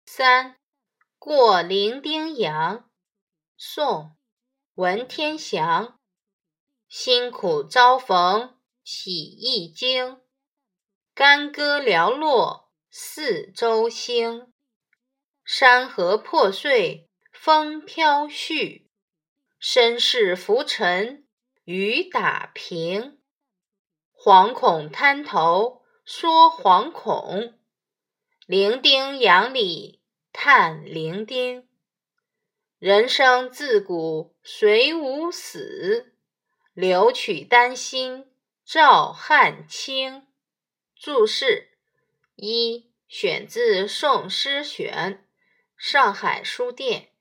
3. 过零丁洋，宋·文天祥。辛苦遭逢起一经，干戈寥落四周星。山河破碎风飘絮，身世浮沉雨打平。惶恐滩头说惶恐，零丁洋里叹零丁。人生自古谁无死，留取丹心照汗青。注释一，选自《宋诗选》，上海书店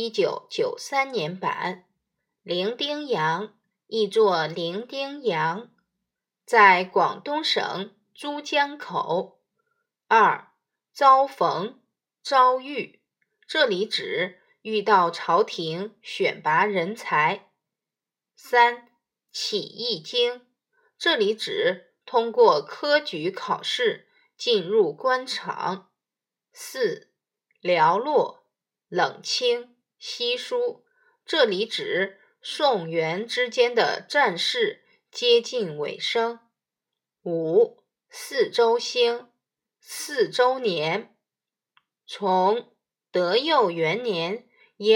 1993年版。零丁洋译作零丁洋，在广东省珠江口。2. 遭逢遭遇，这里指遇到朝廷选拔人才。3. 起一经，这里指通过科举考试进入官场。4. 寥落冷清稀疏，这里指宋元之间的战事接近尾声。5. 四周星4周年，从德佑元年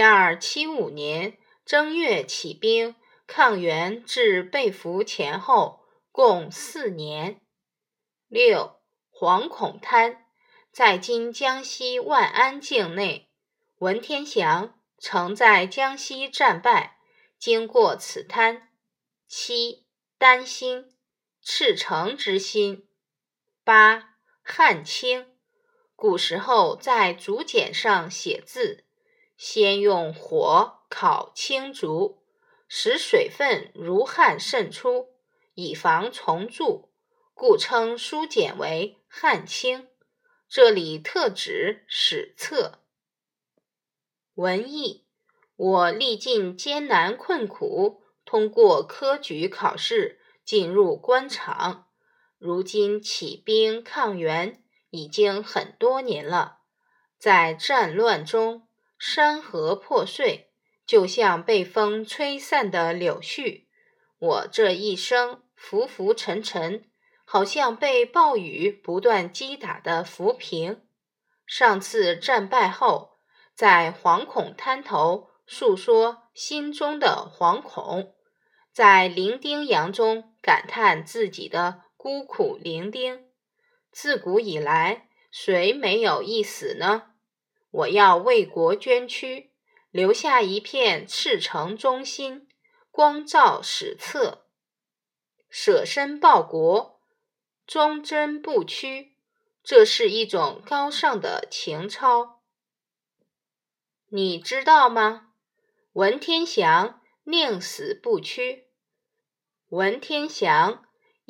1275年正月起兵抗元至被俘前后共4年。6. 惶恐滩，在今江西万安境内，文天祥曾在江西战败，经过此滩。7. 丹心，赤诚之心。8. 汗青，古时候在竹简上写字，先用火烤青竹，使水分如汗渗出，以防虫蛀，故称书简为汗青，这里特指史册。文艺，我历尽艰难困苦，通过科举考试进入官场，如今起兵抗元已经很多年了，在战乱中，山河破碎，就像被风吹散的柳絮。我这一生浮浮沉沉，好像被暴雨不断击打的浮萍。上次战败后，在惶恐滩头诉说心中的惶恐，在零丁洋中感叹自己的孤苦伶仃。自古以来，谁没有一死呢？我要为国捐躯，留下一片赤诚忠心，光照史册。舍身报国，忠贞不屈，这是一种高尚的情操。你知道吗？文天祥宁死不屈。文天祥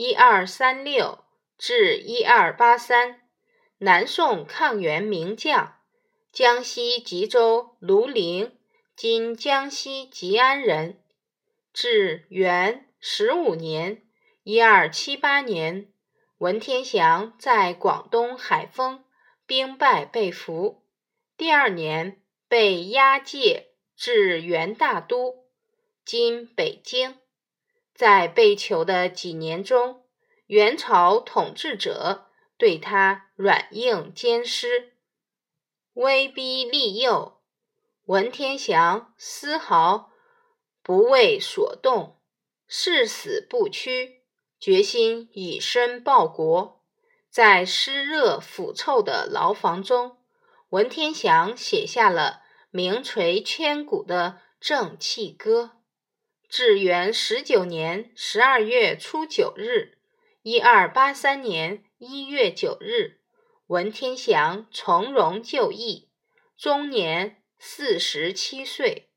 1236至1283，南宋抗元名将，江西吉州庐陵（今江西吉安）人。至元15年1278年，文天祥在广东海丰兵败被俘，第2年被押解至元大都（今北京）。在被囚的几年中，元朝统治者对他软硬兼施，威逼利诱，文天祥丝毫不为所动，誓死不屈，决心以身报国。在湿热腐臭的牢房中，文天祥写下了名垂千古的正气歌。至元19年12月初9日，1283年1月9日，文天祥从容就义，终年47岁。